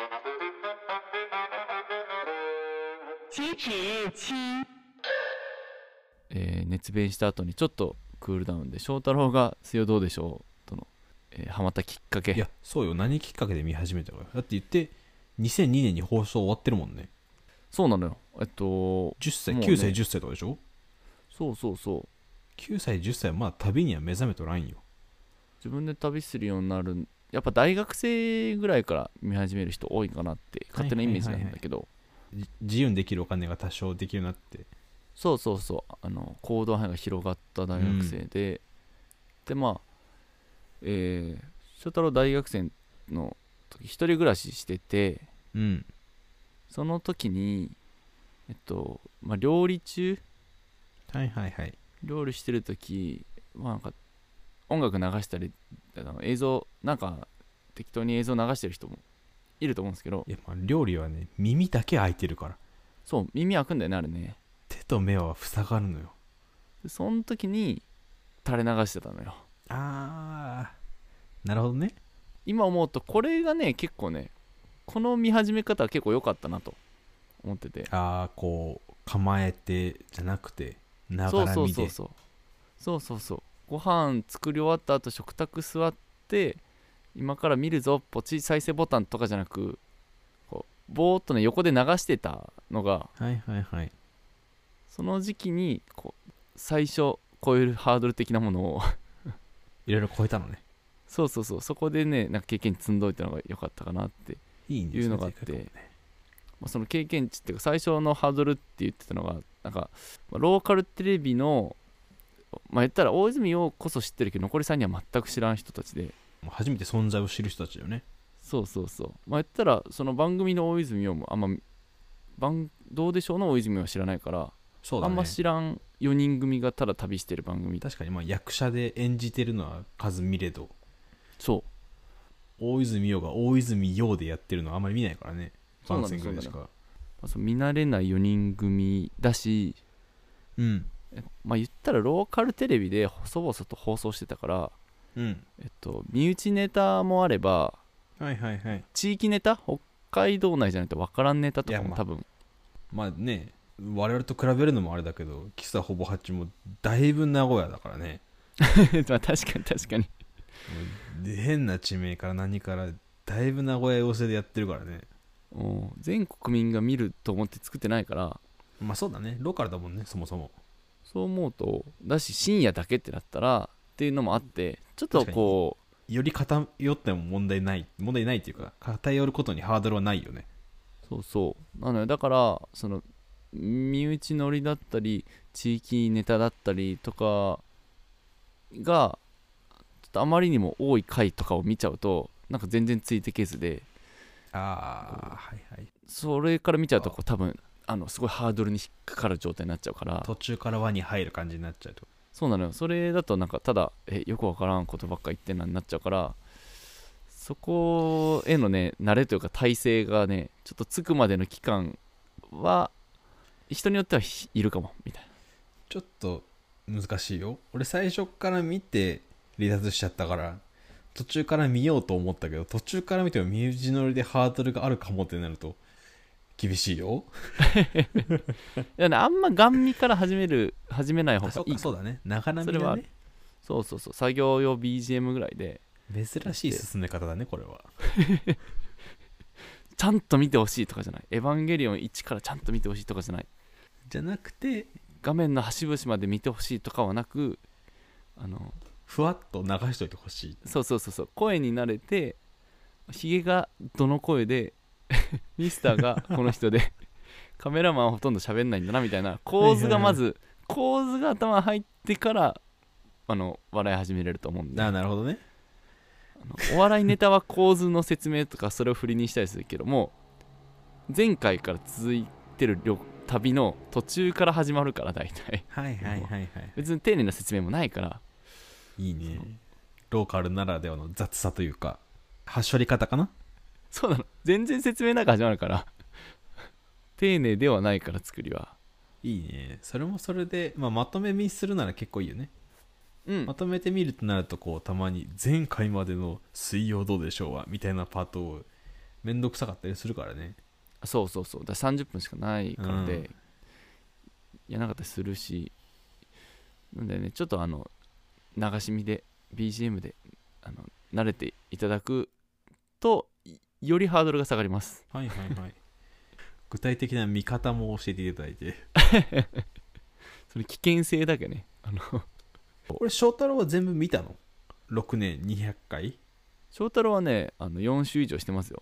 熱弁した後にちょっとクールダウンで翔太郎が水曜どうでしょうとの、ハマったきっかけ。 いやそうよ、何きっかけで見始めたかよ。だって言って2002年に放送終わってるもんね。 そうなのよ。 10歳、 ね、 9歳10歳とかでしょ。 そう 9歳10歳はまあ旅には目覚めとらんよ。 自分で旅するようになる、やっぱ大学生ぐらいから見始める人多いかなって勝手なイメージなんだけど、 自由にできるお金が多少できるようになって、 そう行動範囲が広がった大学生で、でまあ翔太郎大学生の時一人暮らししてて、その時に料理中、料理してる時、なんか音楽流したり映像なんか適当に映像流してる人もいると思うんですけど、 いやまあ料理はね、耳だけ開いてるから。 そう、耳開くんだよね、あれね。 手と目は塞がるのよ。 でその時に垂れ流してたのよ。 なるほどね。 今思うとこれがね、結構ね、この見始め方は結構良かったなと思ってて、 こう構えてじゃなくてながら見で、 そうご飯作り終わった後食卓座って今から見るぞポチ再生ボタンとかじゃなく、こうぼーっとね横で流してたのが、その時期にこう最初超えるハードル的なものをいろいろ超えたのね。 そこでね、なんか経験値積んどいたのが良かったかなっていうのがあって、その経験値っていうか最初のハードルって言ってたのが、なんかローカルテレビの、言ったら大泉洋こそ知ってるけど残り3人は全く知らん人たちで、 初めて存在を知る人たちだよね。 言ったらその番組の大泉洋もあんまどうでしょうの大泉洋は知らないから、あんま知らん4人組がただ旅してる番組。 確かに役者で演じてるのは数見れど、 大泉洋が大泉洋でやってるのあんまり見ないからね。 そうなの番宣ぐらいしか。 見慣れない4人組だし、 うん。 まあ言ったらローカルテレビで細々と放送してたから、 うん。 身内ネタもあれば、 はいはいはい。 地域ネタ、北海道内じゃないと分からんネタとかも多分、 まあね、我々と比べるのもあれだけど、喫茶ほぼ8もだいぶ名古屋だからね。 まあ確かに確かに。 で変な地名から何からだいぶ名古屋寄せでやってるからね。 全国民が見ると思って作ってないから。 まあそうだね、ローカルだもんね、そもそも。 そう思うと、だし深夜だけってなったらっていうのもあって、ちょっとこうより偏っても問題ないっていうか、偏ることにハードルはないよね。 そうそうなのよ。だからその身内乗りだったり地域ネタだったりとかがちょっとあまりにも多い回とかを見ちゃうと、なんか全然ついてけずで、 はいはい。 それから見ちゃうと多分すごいハードルに引っかかる状態になっちゃうから、 途中から輪に入る感じになっちゃうと。 そうなのよ。それだとなんかただよくわからんことばっか言ってんなになっちゃうから、そこへのね慣れというか体制がね、ちょっとつくまでの期間は人によってはいるかもみたいな。 ちょっと難しいよ。俺最初から見て離脱しちゃったから、途中から見ようと思ったけど、途中から見ても身内乗りでハードルがあるかもってなると厳しいよ。 いやね、あんまガン見から始めない方がいい。 そうだね、長波だね。 それはそう作業用 BGM ぐらいで。 珍しい進め方だねこれは。 ちゃんと見てほしいとかじゃない、エヴァンゲリオン1からちゃんと見てほしいとかじゃない、 じゃなくて画面の端々まで見てほしいとかはなく、 ふわっと流しといてほしい。 そう声に慣れて、ヒゲがどの声でミスターがこの人でカメラマンはほとんど喋んないんだなみたいな構図が構図が頭入ってから笑い始めれると思うんで。 なるほどね。 お笑いネタは構図の説明とかそれを振りにしたりするけども、前回から続いてる旅の途中から始まるから大体はい別に丁寧な説明もないから。 いいね。ローカルならではの雑さというか、はしょり方かな。 そうなの、全然説明なく始まるから丁寧ではないから作りは。 いいね。それもそれで、まとめ見するなら結構いいよね。まとめてみるとなると、たまに前回までの水曜どうでしょうはみたいなパートをめんどくさかったりするからね。 そうだから30分しかないからで、やらなかったりするし、なんでね、ちょっと流し見で BGM で慣れていただくとよりハードルが下がります。 はい具体的な見方も教えていただいてそれ危険性だけね。 俺翔太郎は全部見たの？6年200回。 翔太郎はね4週以上してますよ。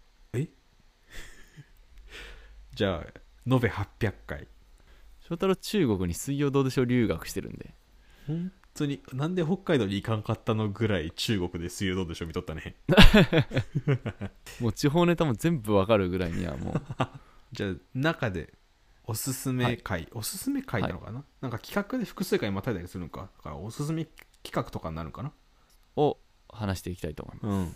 じゃあ延べ800回。 翔太郎中国に水曜どうでしょう留学してるんで、 本当になんで北海道に行かんかったのぐらい中国で水曜どうでしょう見とったねもう地方ネタも全部わかるぐらいにはもうじゃあ中でおすすめ回、おすすめ回なのかな、なんか企画で複数回またいだりするのか、だからおすすめ企画とかになるのかなを話していきたいと思います。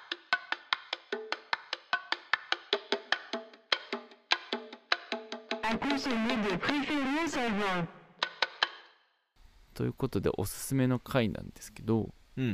ということでおすすめの回なんですけど、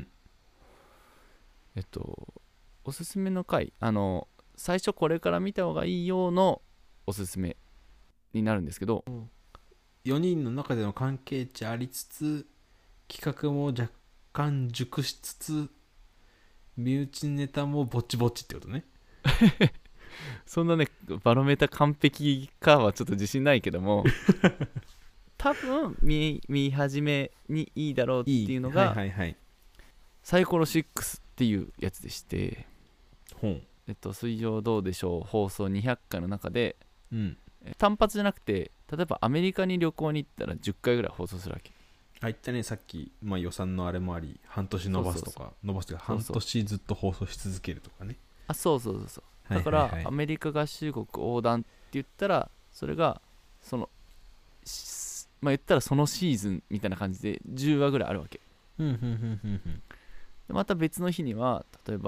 おすすめの回、最初これから見た方がいいようのおすすめになるんですけど、 4人の中での関係値ありつつ企画も若干熟しつつ身内ネタもぼちぼちってことねそんなねバロメータ完璧かはちょっと自信ないけども多分見始めにいいだろうっていうのがサイコロ6っていうやつでして、水曜どうでしょう放送200回の中で、単発じゃなくて、例えばアメリカに旅行に行ったら10回ぐらい放送するわけ。 言ったね、さっき、予算のあれもあり半年伸ばすとか、伸ばすとか半年ずっと放送し続けるとかね。 そうだから、アメリカ合衆国横断って言ったらそれがその言ったらそのシーズンみたいな感じで10話ぐらいあるわけ。でまた別の日には例えば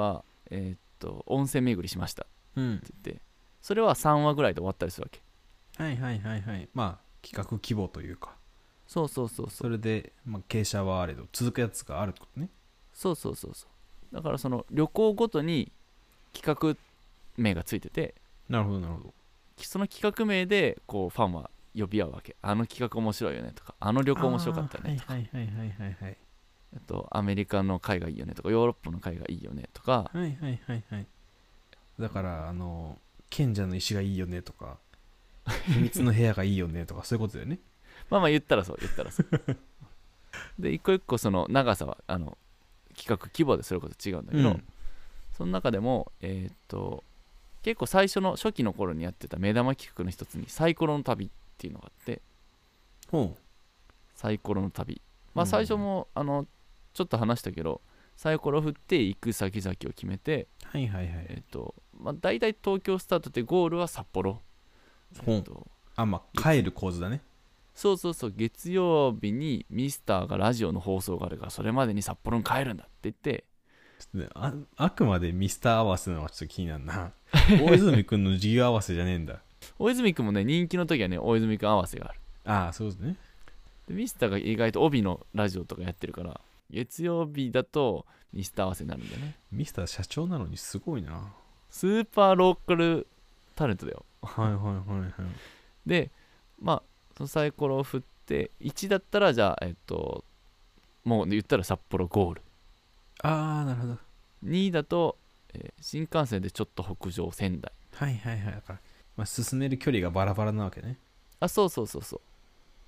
温泉巡りしましたってうん。 言って、それは3話ぐらいで終わったりするわけ。 はいはいはいはい。まあ、企画規模というか、 そうそうそうそうそれで、まあ、傾斜はあれど、続くやつがあるってことね。 そうそうそうそう。だからその旅行ごとに企画名がついてて、 なるほどなるほど。 その企画名でこうファンは呼び合うわけ。あの企画面白いよねとか、あの旅行面白かったよねとか、 はいはいはいはいはい。 アメリカの海がいいよねとか、ヨーロッパの海がいいよねとか、 はいはいはいはい。だから、賢者の石がいいよねとか、秘密の部屋がいいよねとか、そういうことだよね。 まあまあ言ったらそうで一個一個その長さは企画規模でそれこそ違うんだけど、 うんその中でも結構最初の初期の頃にやってた目玉企画の一つにサイコロの旅っていうのがあって、 ほサイコロの旅、まあうん最初もちょっと話したけど、サイコロ振って行く先々を決めて、 う。はいはいはい。 まあ、大体東京スタートでゴールは札幌、 ほうあ、まあ、帰る構図だね。 そうそうそう、月曜日にミスターがラジオの放送があるから、それまでに札幌に帰るんだって言って、 ちょっとね、あくまでミスター合わせなのがちょっと気になるな。大泉くんの自由合わせじゃねえんだ。 大泉君もね、人気の時はね、大泉君合わせがある。 ああ、そうですね。 でミスターが意外と帯のラジオとかやってるから、月曜日だとミスター合わせになるんだよね。 ミスター社長なのにすごいな。 スーパーローカルタレントだよ。 はいはいはいはい。 で、まあ、そのサイコロを振って、1だったら、じゃあ、もう言ったら札幌ゴール。 ああ、なるほど。 2だと、新幹線でちょっと北上仙台。 はいはいはい。だから、まあ、進める距離がバラバラなわけね。 あ、そうそうそうそう。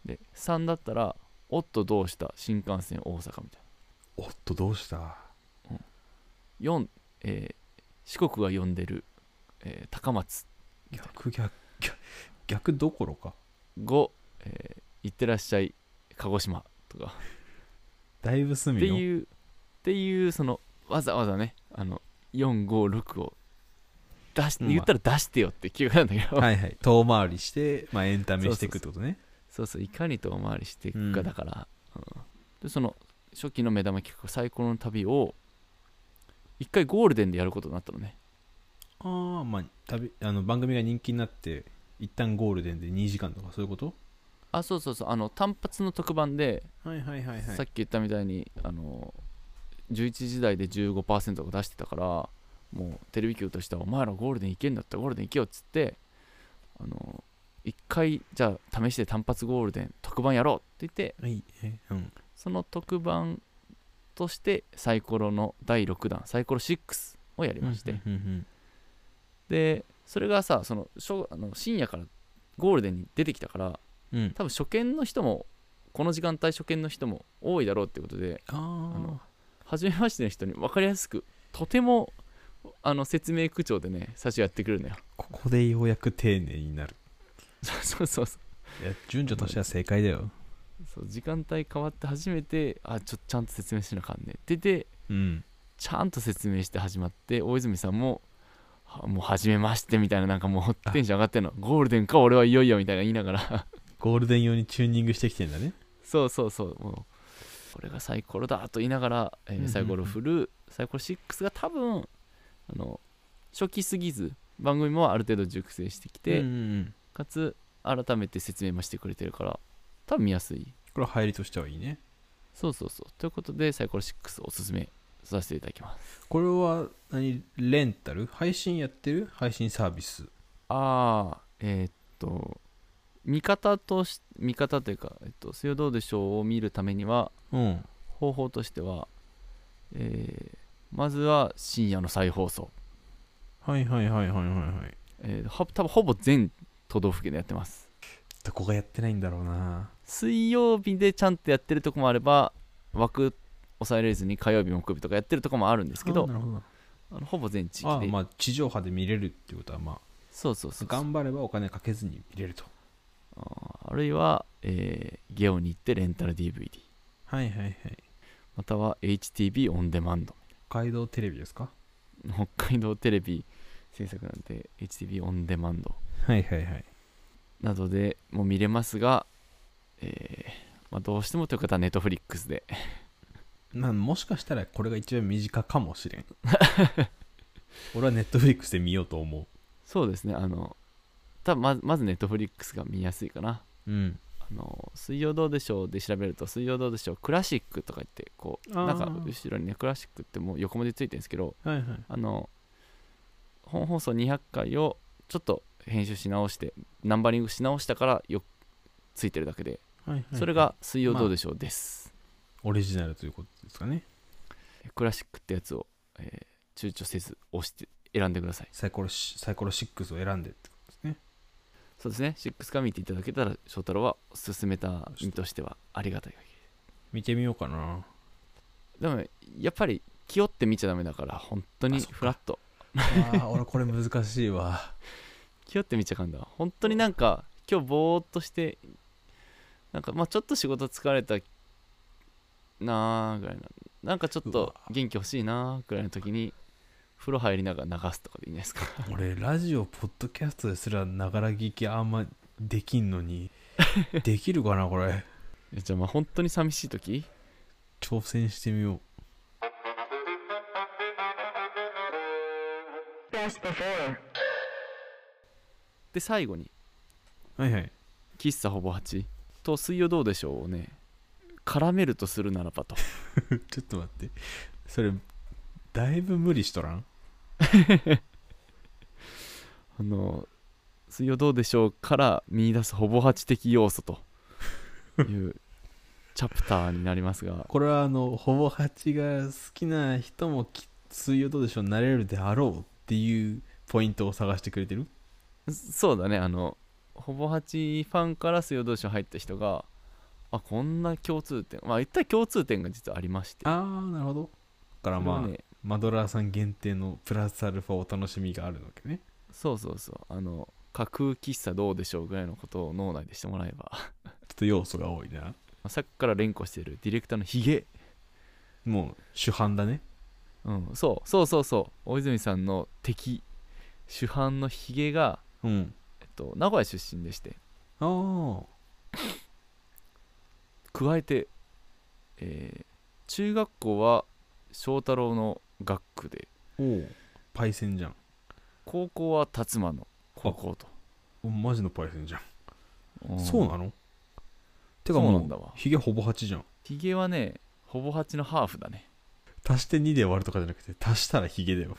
で、3だったら、おっとどうした新幹線大阪みたいおっとどうした。 な。4、四国が呼んでる、高松。 逆どころか。 5、行ってらっしゃい鹿児島とかだいぶっ隅の。 ていうそのわざわざね456を出し、 うん言ったら出してよって気がなんだけど、 はいはい。遠回りして、まあ、エンタメしていくってことね。 そうそう、いかに遠回りしていくかうんだから、でその初期の目玉企画サイコロの旅を一回ゴールデンでやることになったのね。 ああ、まあ、番組が人気になって、一旦ゴールデンで2時間とかそういうこと。 あ、そうそうそう、単発の特番で、 はいはいはいはい。 さっき言ったみたいに11時台で 15% が出してたから、もうテレビ局としてはお前らゴールデン行けんだったらゴールデン行けよっつって、一回じゃあ試しで単発ゴールデン特番やろうって言って、 はい、うん。 その特番としてサイコロの第6弾サイコロ6をやりまして、 うんうんでそれがさ、深夜からゴールデンに出てきたから、 うんうん。 多分初見の人もこの時間帯初見の人も多いだろうってことで、 あ初めましての人に分かりやすく、とても説明口調でね最初やってくるんだよ。 ここでようやく丁寧になる。 そうそうそういや、順序としては正解だよ。 そう、時間帯変わって初めてちゃんと説明しなあかんねって言ってうん。 ちゃんと説明して始まって、大泉さんももう初めましてみたいな、なんかもうテンション上がってんの、ゴールデンか俺はいよいよみたいな言いながらゴールデン用にチューニングしてきてんだね。 そうそうそう、もうこれがサイコロだと言いながら、サイコロ振るサイコロ6が多分初期すぎず番組もある程度熟成してきて、 うんうんうん、 かつ改めて説明もしてくれてるから多分見やすい。 これは入りとしてはいいね。 そうそうそう、ということでサイコロ6をおすすめさせていただきます。 これはレンタル配信やってる配信サービス。 見方というか、水曜どうでしょうを見るためには、 うん。 方法としては、まずは深夜の再放送、 はいはいはいはいはいはい。 多分ほぼ全都道府県でやってます。 どこがやってないんだろうな。 水曜日でちゃんとやってるとこもあれば、枠抑えられずに火曜日木曜日とかやってるとこもあるんですけど、 なるほど。 ほぼ全地域で、 まあ地上波で見れるっていうことは、まあそうそうそうそう、 頑張ればお金かけずに見れると。 あるいは、ゲオに行ってレンタル DVD、 はいはいはい。 または HTB オンデマンド、 北海道テレビですか。 北海道テレビ制作なんで HTB オンデマンドはいはいはい。 などでも見れますが、どうしてもという方はネットフリックスでまあもしかしたらこれが一番身近かもしれん。 俺はネットフリックスで見ようと思う。 そうですね、多分まずネットフリックスが見やすいかな。 うん。 水曜どうでしょうで調べると、水曜どうでしょうクラシックとか言って、こうなんか後ろにね、クラシックってもう横文字ついてるんですけど、 はいはい。 本放送200回をちょっと編集し直してナンバリングし直したからついてるだけで、 はいはいはい、 それが水曜どうでしょうです、 オリジナルということですかね。 クラシックってやつを、躊躇せず押して選んでください。 サイコロ6を選んでってことですね。 そうですね、6から見ていただけたら翔太郎は進めた身としてはありがたい限り。 見てみようかな。 でもやっぱり気負って見ちゃダメだから、本当にフラット。 俺これ難しいわ。 気負って見ちゃかんだ。本当になんか今日ぼーっとしてなんかちょっと仕事疲れたなーぐらいなんかちょっと元気欲しいなーぐらいの時に風呂入りながら流すとかでいいんじゃないですか。 俺ラジオポッドキャストですらながら聞きあんまできんのにできるかなこれ。 じゃあ本当に寂しい時挑戦してみよう。 で最後にはいはい。 喫茶ほぼ8と水曜どうでしょうをね絡めるとするならばとちょっと待って、それだいぶ無理しとらん？ 水曜どうでしょうから見出すほぼ8的要素というチャプターになりますが、 これはほぼ8が好きな人も水曜どうでしょうなれるであろうっていうポイントを探してくれてる？ そうだね、ほぼ8ファンから水曜どうでしょう入った人がこんな共通点、言ったら共通点が実はありまして、 なるほど。だからね、マドラーさん限定のプラスアルファお楽しみがあるわけね。 そう架空喫茶どうでしょうぐらいのことを脳内でしてもらえばちょっと要素が多いな。 さっきから連呼しているディレクターのヒゲ、 もう主犯だね。 そう大泉さんの敵主犯のヒゲが、名古屋出身でして、加えて、中学校は翔太郎の学区で、 パイセンじゃん。 高校は辰馬の高校と。 マジのパイセンじゃん。そうなの？てかもうヒゲほぼ8じゃん。 ヒゲはねほぼ8のハーフだね。 足して2で割るとかじゃなくて足したらヒゲだよ。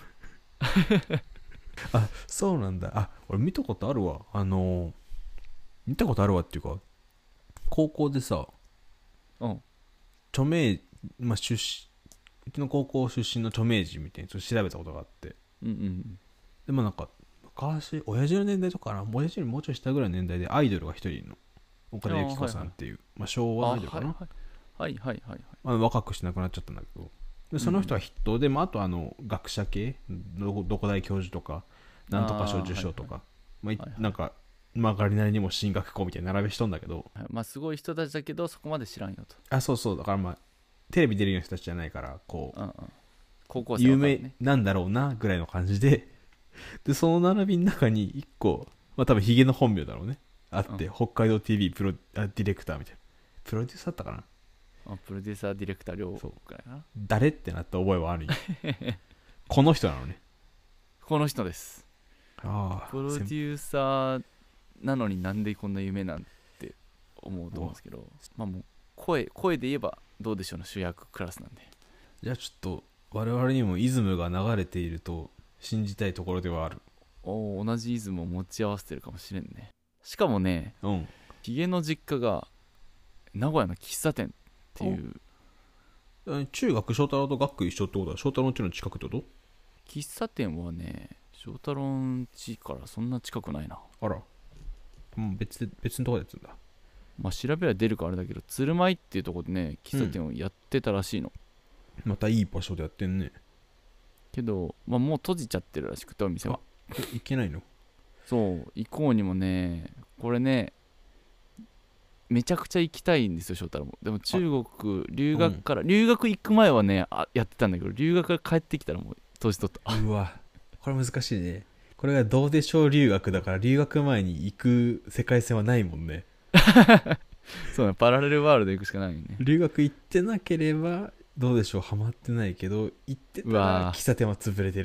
そうなんだ。俺見たことあるわ。見たことあるわっていうか、高校でさ、著名、うちの高校出身の著名人みたいにちょっと調べたことがあって、でもなんか昔親父の年代とかな、親父よりもうちょい下ぐらいの年代でアイドルが一人いるの。岡田由紀子さんっていう、昭和のアイドルかな。若くして亡くなっちゃったんだけど、でその人は筆頭で、あと学者系どこ大教授とかなんとか賞受賞とか、なんかガリナリにも進学校みたいな並べしとんだけど、 すごい人たちだけどそこまで知らんよと。 そうだからテレビ出るような人たちじゃないからこう、 高校生は、 有名なんだろうなぐらいの感じで、でその並びの中に1個多分ヒゲの本名だろうねあって、北海道 TV ディレクターみたいな、プロデューサーだったかな、 プロデューサーディレクター両方くらいな。 誰ってなった覚えはあるよ。この人なのね。 この人です。プロデューサーなのになんでこんな夢なんて思うと思うんですけど、もう声で言えばどうでしょうの主役クラスなんで。 じゃあちょっと我々にもイズムが流れていると信じたいところではある。 同じイズムを持ち合わせてるかもしれんね。しかもね、ヒゲの実家が名古屋の喫茶店っていう。 中学翔太郎と学区一緒ってことは翔太郎の家の近くってこと？ 喫茶店はね翔太郎の家からそんな近くないな。 あら、別のとこでやってんだ。 調べは出るかあれだけど、鶴舞っていうとこでね喫茶店をやってたらしいの。 またいい場所でやってんね。 けど、もう閉じちゃってるらしくて、お店は。 行けないの？ そう行こうにもね、これねめちゃくちゃ行きたいんですよ翔太郎も。でも中国留学から、留学行く前はねやってたんだけど、留学から帰ってきたらもう閉じとった。 うわ、これ難しいね。これがどうでしょう留学だから、留学前に行く世界線はないもんね。 そうね、パラレルワールド行くしかないよね。 留学行ってなければどうでしょうハマってないけど、行ってたら喫茶店は潰れてるっていう。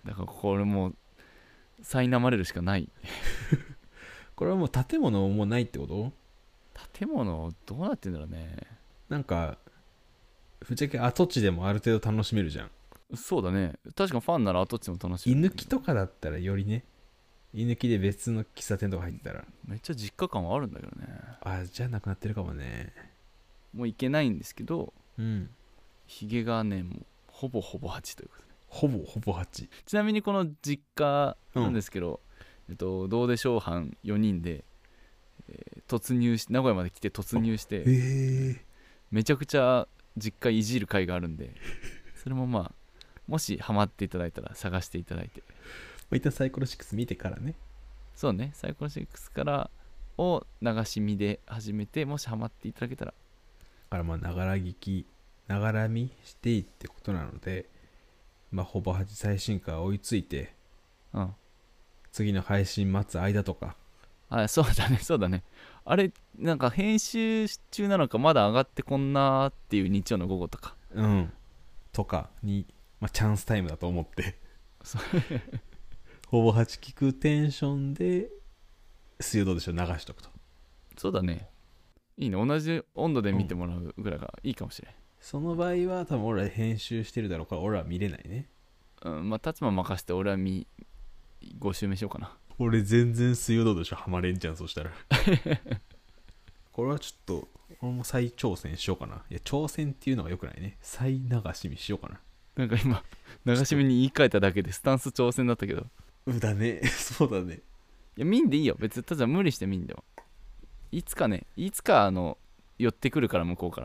だからこれもう苛まれるしかない。 これはもう建物もないってこと？ 建物どうなってんだろうね。 なんかぶっちゃけ跡地でもある程度楽しめるじゃん。 そうだね、確かにファンなら跡地も楽しめる。 居抜きとかだったらよりね、居抜きで別の喫茶店とか入ったら、 めっちゃ実家感はあるんだけどね。 じゃあなくなってるかもね。 もう行けないんですけど、 うん。 ヒゲがねもうほぼほぼ8ということで、 ほぼほぼ8。 ちなみにこの実家なんですけど、どうでしょう班4人で、突入し名古屋まで来て突入してめちゃくちゃ実家いじる会があるんで、それもまあもしハマっていただいたら探していただいて、 一旦サイコロ6見てからね。 そうね、サイコロ6からを流し見で始めて、もしハマっていただけたら。 だからまあながら聞きながら見していいってことなので、まあほぼ8最新回追いついて、 うん、 次の配信待つ間とか。 そうだねそうだね、あれなんか編集中なのかまだ上がってこんなっていう日曜の午後とかとかに、まあ、チャンスタイムだと思ってそうほぼ8聞くテンションで水曜どうでしょう流しとくと。 そうだね、いいね、同じ温度で見てもらうぐらいがいいかもしれん。 その場合は多分俺ら編集してるだろうから俺らは見れないね。 まあ達馬任せて俺は5周目しようかな。 俺全然水曜どうでしょうハマれんじゃん。そしたらこれはちょっと俺も再挑戦しようかな。いや挑戦っていうのがよくないね。再流し見しようかな。 なんか今流し見に言い換えただけでスタンス挑戦だったけど、 だねそうだね。 いや見んでいいよ別に、ただ無理して見んでも、いつか寄ってくるから向こうから。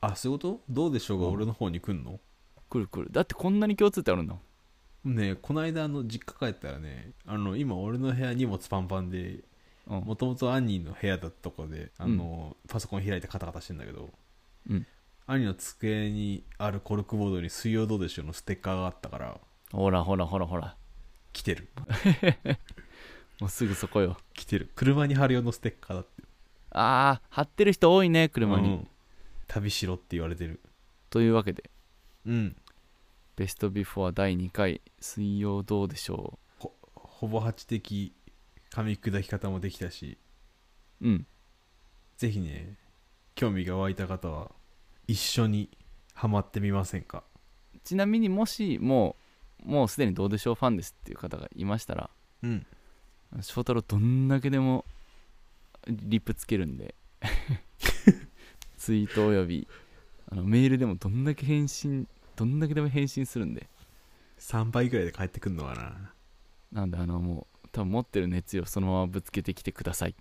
そういうこと？どうでしょうが俺の方に来んの？ 来る、だってこんなに共通点あるんだもん。 ね、この間実家帰ったらね、今俺の部屋荷物パンパンで、もともと兄の部屋だったとこでパソコン開いてカタカタしてんだけど、兄の机にあるコルクボードに水曜どうでしょうのステッカーがあったから、 ほら来てるもうすぐそこよ。 来てる。車に貼る用のステッカーだって。 貼ってる人多いね車に、 旅しろって言われてる。 というわけでベストビフォー第2回水曜どうでしょう、ほぼ8的噛み砕き方もできたし、ぜひね興味が湧いた方は一緒にハマってみませんか。 ちなみにもしもうすでにどうでしょうファンですっていう方がいましたら、翔太郎どんだけでもリップつけるんでツイートおよびメールでもどんだけでも返信するんで、 3倍ぐらいで返ってくんのかな。 なんでもう多分持ってる熱意をそのままぶつけてきてください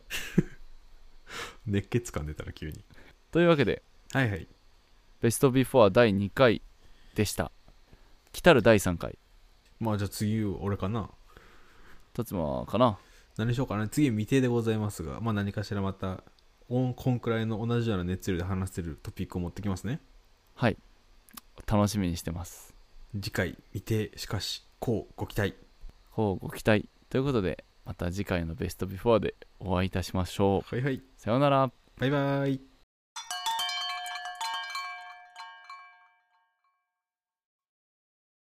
熱血感出たら急に。 というわけで、ベストビフォー第2回でした。来たる第3回、 じゃあ次俺かな。 達馬かな。 何しようかな。次未定でございますが、何かしらまたこんくらいの同じような熱量で話せるトピックを持ってきますね。 はい、楽しみにしてます。 次回未定、しかしこうご期待ということで、また次回のベストビフォーでお会いいたしましょう。 さようなら。 バイバイ。